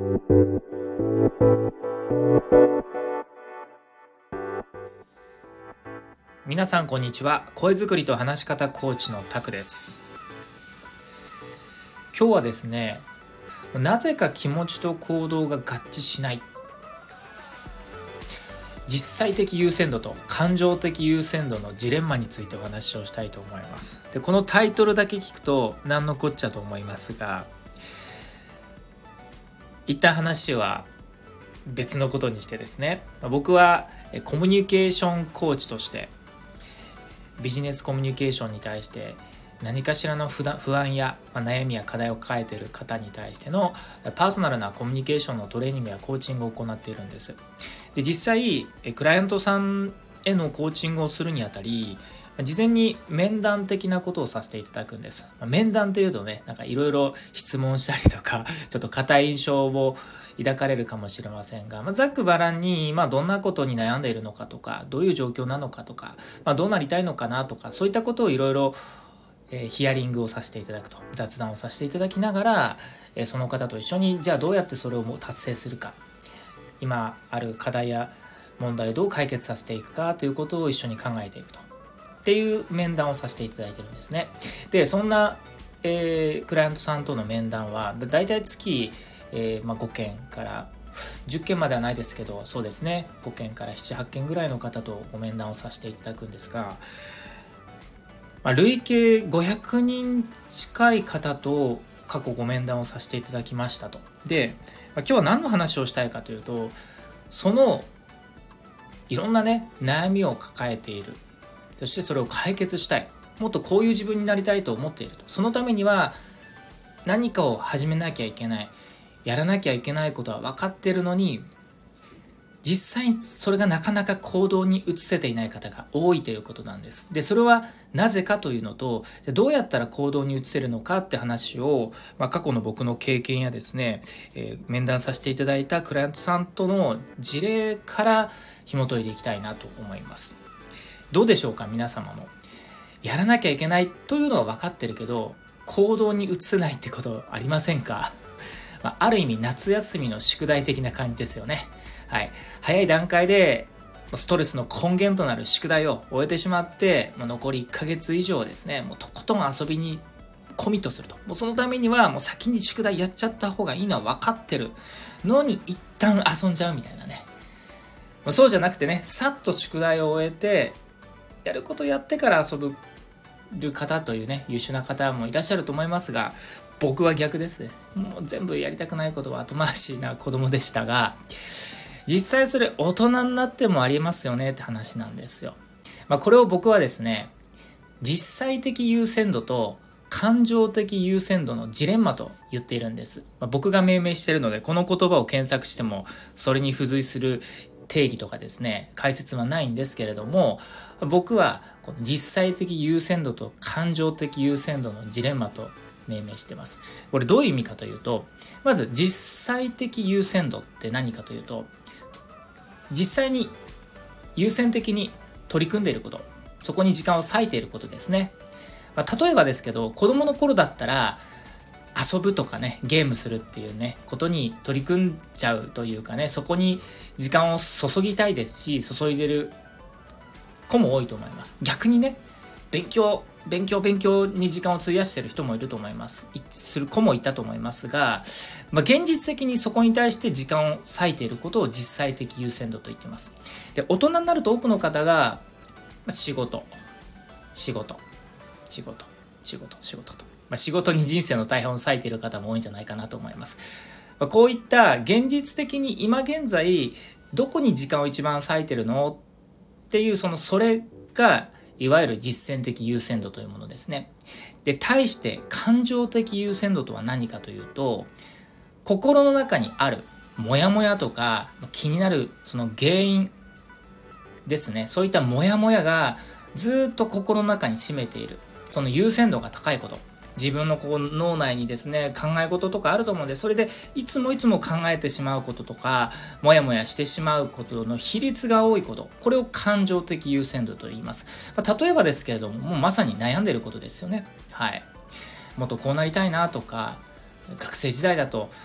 皆さんこんにちは。声作りと話し方コーチのタクです。今日はですね、なぜか気持ちと行動が合致しない、実際的優先度と感情的優先度のジレンマについてお話をしたいと思います。で、このタイトルだけ聞くと何のこっちゃと思いますが、一旦話は別のことにしてですね、僕はコミュニケーションコーチとしてビジネスコミュニケーションに対して何かしらの不安や悩みや課題を抱えている方に対してのパーソナルなコミュニケーションのトレーニングやコーチングを行っているんです。で、実際クライアントさんへのコーチングをするにあたり、事前に面談的なことをさせていただくんです。面談っていうとね、なんかいろいろ質問したりとか、ちょっと固い印象を抱かれるかもしれませんが、ざっくばらんに、どんなことに悩んでいるのかとか、どういう状況なのかとか、どうなりたいのかなとか、そういったことをいろいろヒアリングをさせていただくと、雑談をさせていただきながら、その方と一緒に、じゃあどうやってそれを達成するか、今ある課題や問題をどう解決させていくかということを一緒に考えていくとっていう面談をさせていただいてるんですね。で、そんな、クライアントさんとの面談はだいたい月、5件から10件まではないですけど、そうですね、5件から7、8件ぐらいの方とご面談をさせていただくんですが、累計500人近い方と過去ご面談をさせていただきましたと。で、今日は何の話をしたいかというと、そのいろんなね、悩みを抱えている、そしてそれを解決したい、もっとこういう自分になりたいと思っていると。そのためには何かを始めなきゃいけない、やらなきゃいけないことは分かっているのに、実際にそれがなかなか行動に移せていない方が多いということなんです。で、それはなぜかというのと、どうやったら行動に移せるのかって話を、過去の僕の経験やですね、面談させていただいたクライアントさんとの事例から紐解いていきたいなと思います。どうでしょうか、皆様も。やらなきゃいけないというのは分かってるけど、行動に移せないってことありませんか？ある意味夏休みの宿題的な感じですよね。はい。早い段階でストレスの根源となる宿題を終えてしまって、残り1ヶ月以上ですね、もうとことん遊びにコミットすると。もうそのためにはもう先に宿題やっちゃった方がいいのは分かってるのに一旦遊んじゃうみたいなね。そうじゃなくてね、さっと宿題を終えて、やることやってから遊ぶ方というね、優秀な方もいらっしゃると思いますが、僕は逆ですね。もう全部やりたくないことは後回しな子供でしたが、実際それ大人になってもありますよねって話なんですよ。これを僕はですね、実際的優先度と感情的優先度のジレンマと言っているんです。僕が命名しているので、この言葉を検索してもそれに付随する定義とかですね、解説はないんですけれども、僕はこの実際的優先度と感情的優先度のジレンマと命名してます。これどういう意味かというと、まず実際的優先度って何かというと、実際に優先的に取り組んでいること、そこに時間を割いていることですね。例えばですけど、子供の頃だったら遊ぶとかね、ゲームするっていうね、ことに取り組んじゃうというかね、そこに時間を注ぎたいですし、注いでる子も多いと思います。逆にね、勉強に時間を費やしている人もいると思います。する子もいたと思いますが、現実的にそこに対して時間を割いていることを実際的優先度と言っています。で、大人になると多くの方が仕事と、仕事に人生の大半を割いている方も多いんじゃないかなと思います。こういった現実的に今現在どこに時間を一番割いているのっていう、それがいわゆる実践的優先度というものですね。で、対して感情的優先度とは何かというと、心の中にあるモヤモヤとか気になるその原因ですね。そういったモヤモヤがずっと心の中に占めている、その優先度が高いこと、自分の脳内にですね、考え事とかあると思うんで、それでいつも考えてしまうこととか、もやもやしてしまうことの比率が多いこと、これを感情的優先度と言います。例えばですけれども、もうまさに悩んでいることですよね。はい。もっとこうなりたいなとか、学生時代だと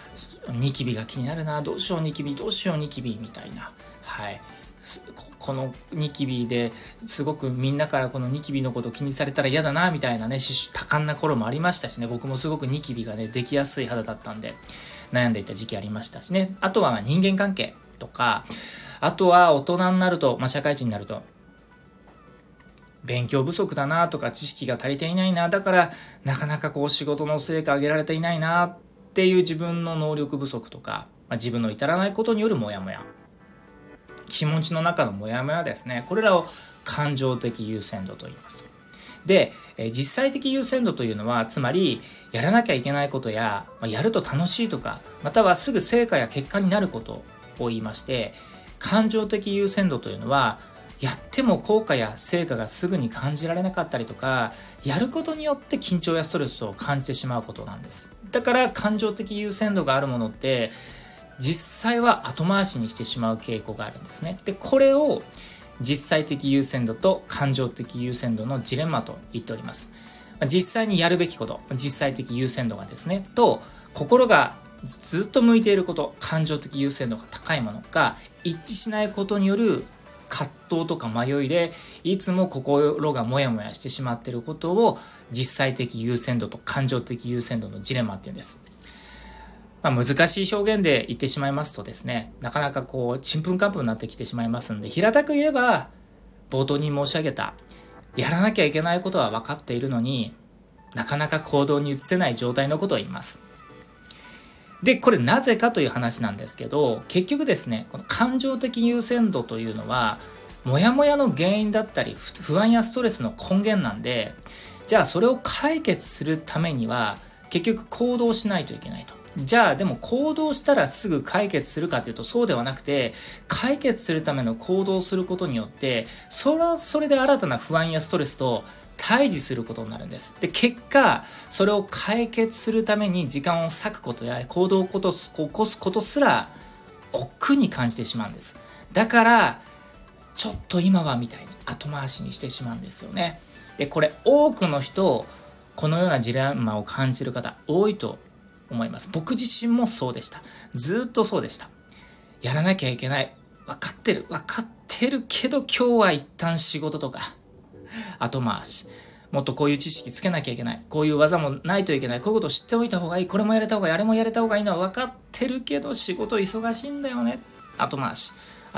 ニキビが気になるな、どうしようニキビどうしようニキビみたいな、このニキビですごくみんなからこのニキビのこと気にされたら嫌だなみたいなね、多感な頃もありましたしね、僕もすごくニキビがねできやすい肌だったんで悩んでいた時期ありましたしね。あとは人間関係とか、あとは大人になると、社会人になると勉強不足だなとか、知識が足りていないな、だからなかなか仕事の成果上げられていないなっていう自分の能力不足とか、自分の至らないことによるモヤモヤ、気持ちの中のモヤモヤですね。これらを感情的優先度と言います。で、実際的優先度というのは、つまりやらなきゃいけないことや、やると楽しいとか、またはすぐ成果や結果になることを言いまして、感情的優先度というのは、やっても効果や成果がすぐに感じられなかったりとか、やることによって緊張やストレスを感じてしまうことなんです。だから感情的優先度があるものって実際は後回しにしてしまう傾向があるんですね。で、これを実際的優先度と感情的優先度のジレンマと言っております。実際にやるべきこと、実際的優先度がですね、と心がずっと向いていること、感情的優先度が高いものが一致しないことによる葛藤とか迷いで、いつも心がモヤモヤしてしまっていることを実際的優先度と感情的優先度のジレンマっていうんです。難しい表現で言ってしまいますとですね、なかなかちんぷんかんぷんになってきてしまいますんで、平たく言えば冒頭に申し上げた、やらなきゃいけないことは分かっているのになかなか行動に移せない状態のことを言います。で、これなぜかという話なんですけど、結局ですね、この感情的優先度というのはモヤモヤの原因だったり不安やストレスの根源なんで、じゃあそれを解決するためには結局行動しないといけないと。じゃあでも行動したらすぐ解決するかというとそうではなくて、解決するための行動をすることによってそれで新たな不安やストレスと対峙することになるんです。で、結果それを解決するために時間を割くことや行動を起こすことすら億劫に感じてしまうんです。だからちょっと今はみたいに後回しにしてしまうんですよね。で、これ多くの人、このようなジレンマを感じる方多いと思います。僕自身もそうでした。ずっとそうでした。やらなきゃいけない。分かってるけど今日は一旦仕事とか後回し。もっとこういう知識つけなきゃいけない。こういう技もないといけない。こういうことを知っておいた方がいい。これもやれた方がいい。あれもやれた方がいいのは分かってるけど仕事忙しいんだよね。後回し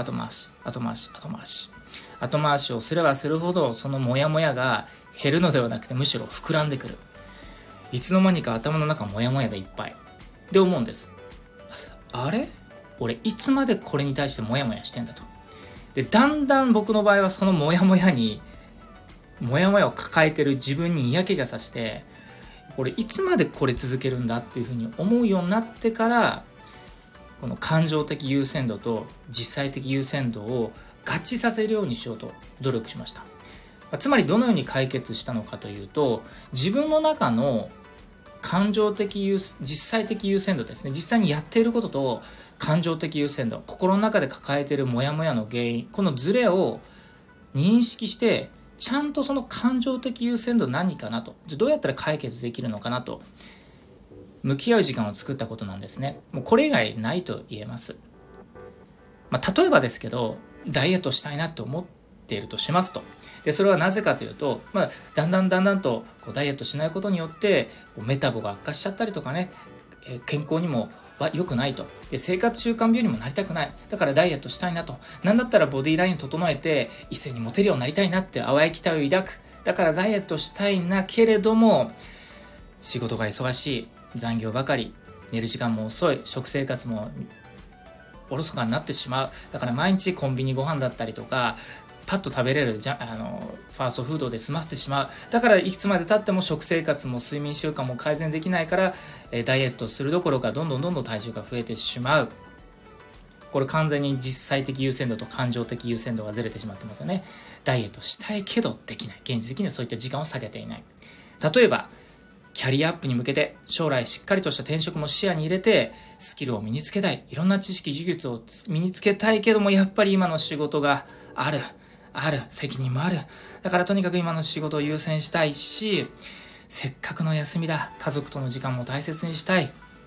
をすればするほどそのモヤモヤが減るのではなくてむしろ膨らんでくる。いつの間にか頭の中モヤモヤでいっぱいで思うんです。あれ？俺いつまでこれに対してモヤモヤしてんだと。で、だんだん僕の場合はそのモヤモヤを抱えてる自分に嫌気がさして、これいつまでこれ続けるんだっていうふうに思うようになってから、この感情的優先度と実際的優先度を合致させるようにしようと努力しました。つまりどのように解決したのかというと、自分の中の感情的実際的優先度ですね、実際にやっていることと感情的優先度、心の中で抱えているモヤモヤの原因、このズレを認識して、ちゃんとその感情的優先度何かなと、どうやったら解決できるのかなと向き合う時間を作ったことなんですね。もうこれ以外ないと言えます。例えばですけど、ダイエットしたいなと思っているとしますと。で、それはなぜかというと、だんだんとダイエットしないことによってメタボが悪化しちゃったりとかね、健康にも良くないと。で、生活習慣病にもなりたくない。だからダイエットしたいなと。なんだったらボディライン整えて異性にモテるようになりたいなって淡い期待を抱く。だからダイエットしたいなけれども、仕事が忙しい、残業ばかり、寝る時間も遅い、食生活もおろそかになってしまう。だから毎日コンビニご飯だったりとか、パッと食べれるファーストフードで済ませてしまう。だからいつまで経っても食生活も睡眠習慣も改善できないから、ダイエットするどころかどんどん体重が増えてしまう。これ完全に実際的優先度と感情的優先度がずれてしまってますよね。ダイエットしたいけどできない。現実的にはそういった時間を割けていない。例えばキャリアアップに向けて将来しっかりとした転職も視野に入れてスキルを身につけたい。いろんな知識技術を身につけたいけども、やっぱり今の仕事がある、責任もある。だからとにかく今の仕事を優先したいし、せっかくの休みだ、家族との時間も大切にしたい。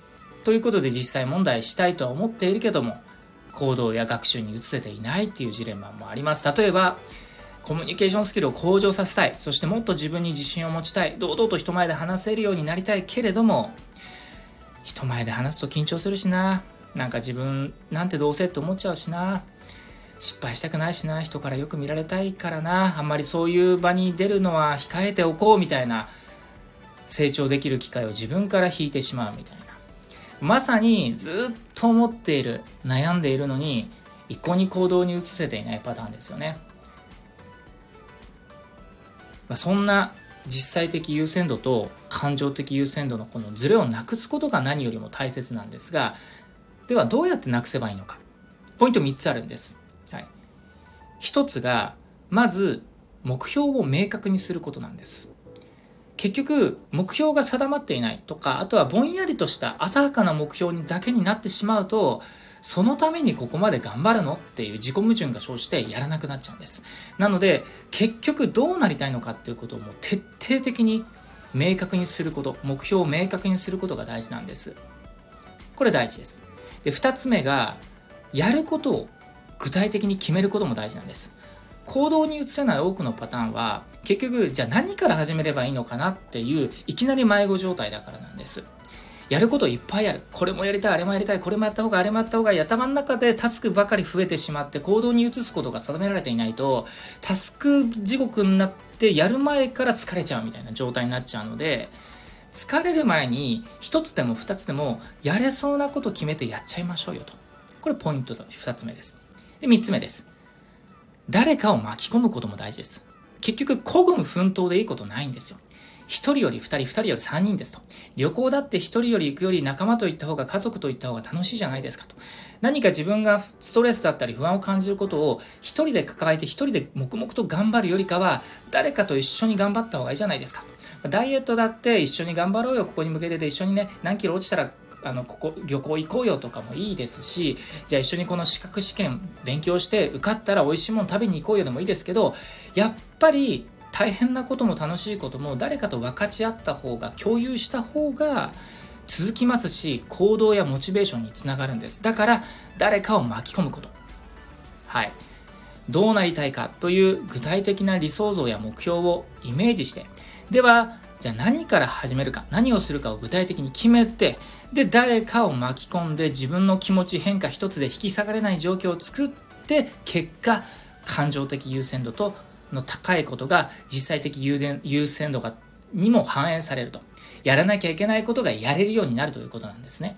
ということで実際問題したいとは思っているけども、行動や学習に移せていないっていうジレンマもあります。例えばコミュニケーションスキルを向上させたい、そしてもっと自分に自信を持ちたい、堂々と人前で話せるようになりたいけれども、人前で話すと緊張するしな、なんか自分なんてどうせって思っちゃうしな、失敗したくないしな、人からよく見られたいからな、あんまりそういう場に出るのは控えておこうみたいな、成長できる機会を自分から引いてしまうみたいな、まさにずっと思っている、悩んでいるのに一向に行動に移せていないパターンですよね。そんな実際的優先度と感情的優先度のこのズレをなくすことが何よりも大切なんですが、ではどうやってなくせばいいのか。ポイント3つあるんです。1つがまず目標を明確にすることなんです。結局目標が定まっていないとか、あとはぼんやりとした浅はかな目標にだけになってしまうと、そのためにここまで頑張るのっていう自己矛盾が生じてやらなくなっちゃうんです。なので結局どうなりたいのかっていうことをもう徹底的に明確にすること、目標を明確にすることが大事なんです。これ第一です。で、2つ目がやることを具体的に決めることも大事なんです。行動に移せない多くのパターンは結局じゃあ何から始めればいいのかなっていういきなり迷子状態だからなんです。やることいっぱいある、これもやりたい、あれもやりたい、これもやった方があれもやった方がいい、頭の中でタスクばかり増えてしまって行動に移すことが定められていないと、タスク地獄になってやる前から疲れちゃうみたいな状態になっちゃうので、疲れる前に1つでも2つでもやれそうなこと決めてやっちゃいましょうよと。これポイント2つ目です。で、3つ目です。誰かを巻き込むことも大事です。結局孤軍奮闘でいいことないんですよ。1人より2人、2人より3人ですと。旅行だって1人より行くより仲間と行った方が、家族と行った方が楽しいじゃないですかと。何か自分がストレスだったり不安を感じることを1人で抱えて1人で黙々と頑張るよりかは、誰かと一緒に頑張った方がいいじゃないですかと。ダイエットだって一緒に頑張ろうよ、ここに向けてで一緒にね、何キロ落ちたらここ旅行行こうよとかもいいですし、じゃあ一緒にこの資格試験勉強して受かったら美味しいもの食べに行こうよでもいいですけど、やっぱり大変なことも楽しいことも誰かと分かち合った方が、共有した方が続きますし、行動やモチベーションにつながるんです。だから誰かを巻き込むこと、どうなりたいかという具体的な理想像や目標をイメージして、ではじゃあ何から始めるか、何をするかを具体的に決めて、で誰かを巻き込んで自分の気持ち変化一つで引き下がれない状況を作って、結果感情的優先度の高いことが実際的優先度にも反映されると。やらなきゃいけないことがやれるようになるということなんですね。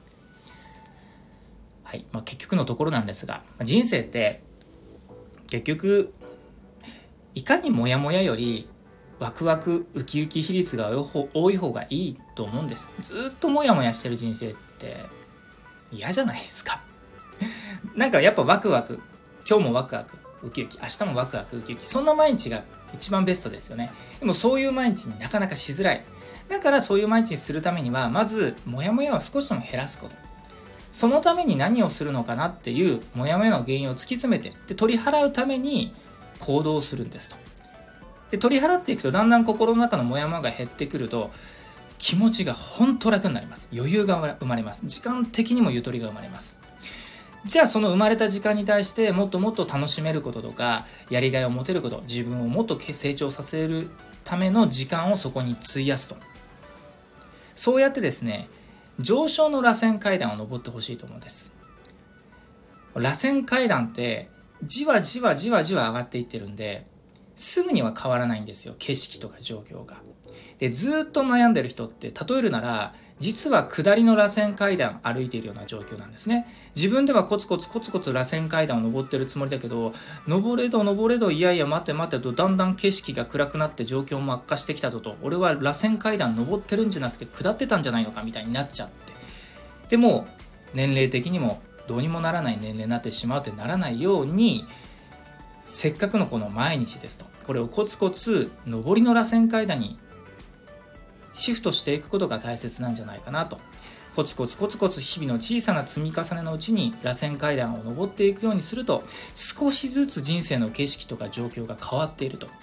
結局のところなんですが、人生って結局いかにモヤモヤよりワクワクウキウキ比率が多い方がいいと思うんです。ずっとモヤモヤしてる人生って嫌じゃないですか。なんかやっぱワクワク、今日もワクワクウキウキ、明日もワクワクウキウキ、そんな毎日が一番ベストですよね。でもそういう毎日になかなかしづらい。だからそういう毎日にするためには、まずモヤモヤを少しでも減らすこと、そのために何をするのかなっていうモヤモヤの原因を突き詰めて、で取り払うために行動するんですと。で取り払っていくと、だんだん心の中のモヤモヤが減ってくると、気持ちが本当楽になります。余裕が生まれます。時間的にもゆとりが生まれます。じゃあその生まれた時間に対してもっともっと楽しめることとか、やりがいを持てること、自分をもっと成長させるための時間をそこに費やすと。そうやってですね、上昇の螺旋階段を登ってほしいと思うんです。螺旋階段ってじわじわじわじわ上がっていってるんで、すぐには変わらないんですよ、景色とか状況が。でずっと悩んでる人って、例えるなら実は下りの螺旋階段歩いているような状況なんですね。自分ではコツコツコツコツ螺旋階段を登ってるつもりだけど、登れど登れど、いやいや待て待てと、だんだん景色が暗くなって状況も悪化してきたぞと、俺は螺旋階段登ってるんじゃなくて下ってたんじゃないのかみたいになっちゃって、でも年齢的にもどうにもならない年齢になってしまうってならないように、せっかくのこの毎日ですと、これをコツコツ上りの螺旋階段にシフトしていくことが大切なんじゃないかなと。コツコツコツコツ日々の小さな積み重ねのうちに螺旋階段を上っていくようにすると、少しずつ人生の景色とか状況が変わっていると。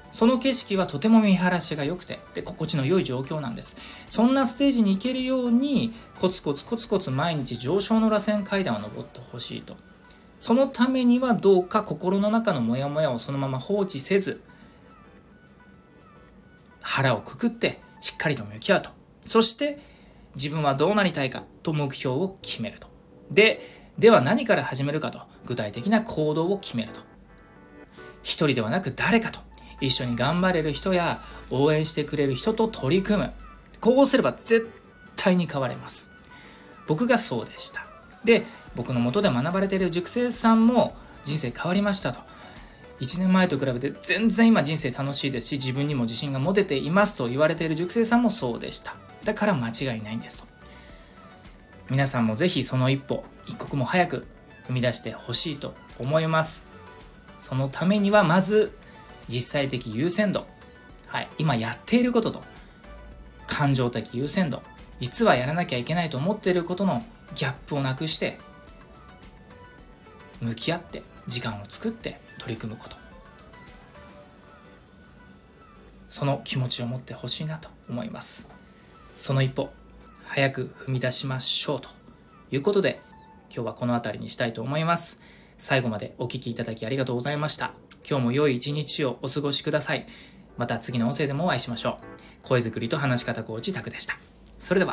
その景色はとても見晴らしが良くて、で心地の良い状況なんです。そんなステージに行けるようにコツコツ毎日上昇の螺旋階段を登ってほしいと。そのためにはどうか心の中のモヤモヤをそのまま放置せず、腹をくくってしっかりと向き合うと。そして自分はどうなりたいかと目標を決めると。では何から始めるかと、具体的な行動を決めると。一人ではなく誰かと、一緒に頑張れる人や応援してくれる人と取り組む。こうすれば絶対に変われます。僕がそうでした。で、僕の元で学ばれている塾生さんも人生変わりましたと。1年前と比べて全然今人生楽しいですし、自分にも自信が持てていますと言われている塾生さんもそうでした。だから間違いないんですと。皆さんもぜひその一歩一刻も早く踏み出してほしいと思います。そのためにはまず実際的優先度、今やっていることと感情的優先度、実はやらなきゃいけないと思っていることのギャップをなくして向き合って時間を作って取り組むこと、その気持ちを持ってほしいなと思います。その一歩早く踏み出しましょうということで、今日はこの辺りにしたいと思います。最後までお聞きいただきありがとうございました。今日も良い一日をお過ごしください。また次の音声でもお会いしましょう。声作りと話し方コーチタクでした。それでは。